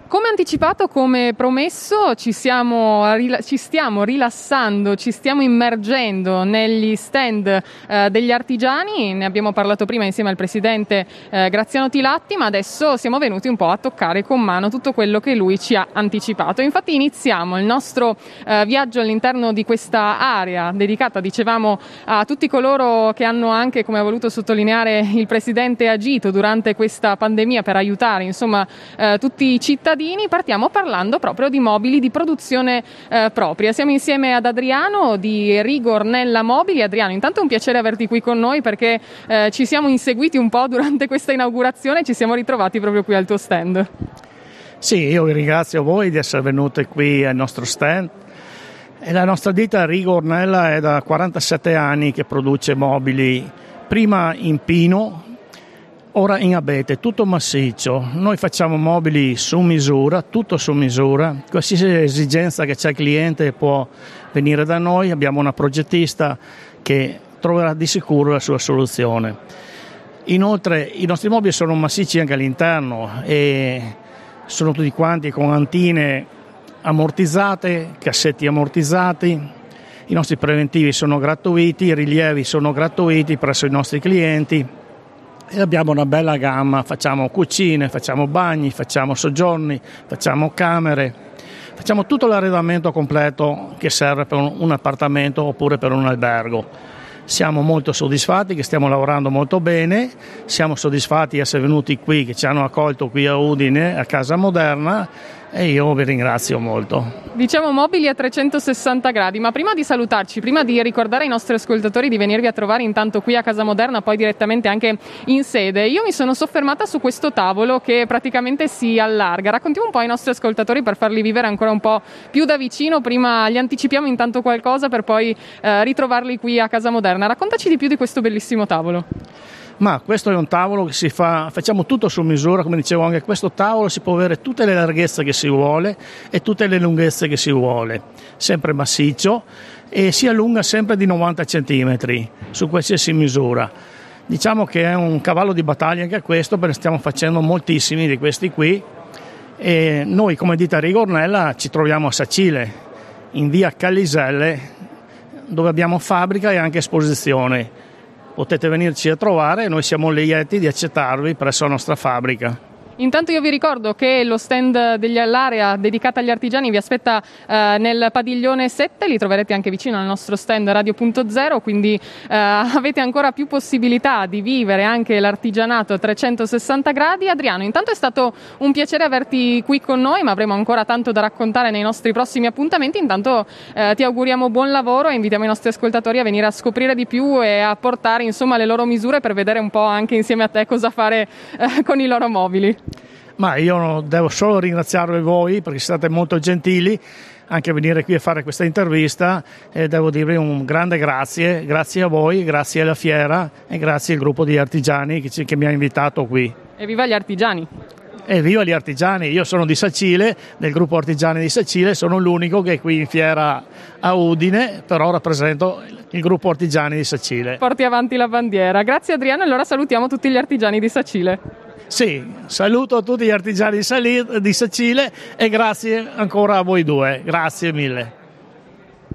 Come anticipato, come promesso, ci stiamo rilassando, ci stiamo immergendo negli stand degli artigiani. Ne abbiamo parlato prima insieme al presidente Graziano Tilatti, ma adesso siamo venuti un po' a toccare con mano tutto quello che lui ci ha anticipato. Infatti iniziamo il nostro viaggio all'interno di questa area dedicata, dicevamo, a tutti coloro che hanno anche, come ha voluto sottolineare il presidente, agito durante questa pandemia per aiutare, insomma, tutti i cittadini. Partiamo parlando proprio di mobili di produzione propria. Siamo insieme ad Adriano di Rigor Nella Mobili. Adriano, intanto è un piacere averti qui con noi perché ci siamo inseguiti un po' durante questa inaugurazione e ci siamo ritrovati proprio qui al tuo stand. Sì, io vi ringrazio voi di essere venuti qui al nostro stand. E la nostra ditta Rigor Nella è da 47 anni che produce mobili, prima in pino, ora in abete, tutto massiccio. Noi facciamo mobili su misura, tutto su misura. Qualsiasi esigenza che c'è il cliente può venire da noi. Abbiamo una progettista che troverà di sicuro la sua soluzione. Inoltre i nostri mobili sono massicci anche all'interno e sono tutti quanti con antine ammortizzate, cassetti ammortizzati. I nostri preventivi sono gratuiti, i rilievi sono gratuiti presso i nostri clienti. E abbiamo una bella gamma, facciamo cucine, facciamo bagni, facciamo soggiorni, facciamo camere, facciamo tutto l'arredamento completo che serve per un appartamento oppure per un albergo. Siamo molto soddisfatti che stiamo lavorando molto bene, siamo soddisfatti di essere venuti qui, che ci hanno accolto qui a Udine, a Casa Moderna, e io vi ringrazio molto. Diciamo mobili a 360 gradi, ma prima di salutarci, prima di ricordare ai nostri ascoltatori di venirvi a trovare intanto qui a Casa Moderna, poi direttamente anche in sede, io mi sono soffermata su questo tavolo che praticamente si allarga. Raccontiamo un po' ai nostri ascoltatori per farli vivere ancora un po' più da vicino, prima gli anticipiamo intanto qualcosa per poi ritrovarli qui a Casa Moderna. Raccontaci di più di questo bellissimo tavolo. Ma questo è un tavolo che facciamo tutto su misura, come dicevo, anche questo tavolo si può avere tutte le larghezze che si vuole e tutte le lunghezze che si vuole, sempre massiccio e si allunga sempre di 90 cm su qualsiasi misura. Diciamo che è un cavallo di battaglia anche questo, perché stiamo facendo moltissimi di questi qui e noi come ditta Rigor Nella ci troviamo a Sacile, in via Calliselle, dove abbiamo fabbrica e anche esposizione. Potete venirci a trovare e noi siamo lieti di accettarvi presso la nostra fabbrica. Intanto io vi ricordo che lo stand dell'area dedicata agli artigiani vi aspetta nel padiglione 7, li troverete anche vicino al nostro stand Radio.0, quindi avete ancora più possibilità di vivere anche l'artigianato a 360 gradi. Adriano, intanto è stato un piacere averti qui con noi, ma avremo ancora tanto da raccontare nei nostri prossimi appuntamenti. Intanto ti auguriamo buon lavoro e invitiamo i nostri ascoltatori a venire a scoprire di più e a portare insomma le loro misure per vedere un po' anche insieme a te cosa fare con i loro mobili. Ma io devo solo ringraziarvi voi perché siete molto gentili anche a venire qui a fare questa intervista e devo dirvi un grande grazie a voi, grazie alla fiera e grazie al gruppo di artigiani che mi ha invitato qui. E viva gli artigiani! E viva gli artigiani! Io sono di Sacile, del gruppo Artigiani di Sacile, sono l'unico che è qui in fiera a Udine, però rappresento il gruppo Artigiani di Sacile. Porti avanti la bandiera. Grazie Adriano, allora salutiamo tutti gli artigiani di Sacile. Sì, saluto tutti gli artigiani di Sacile e grazie ancora a voi due, grazie mille.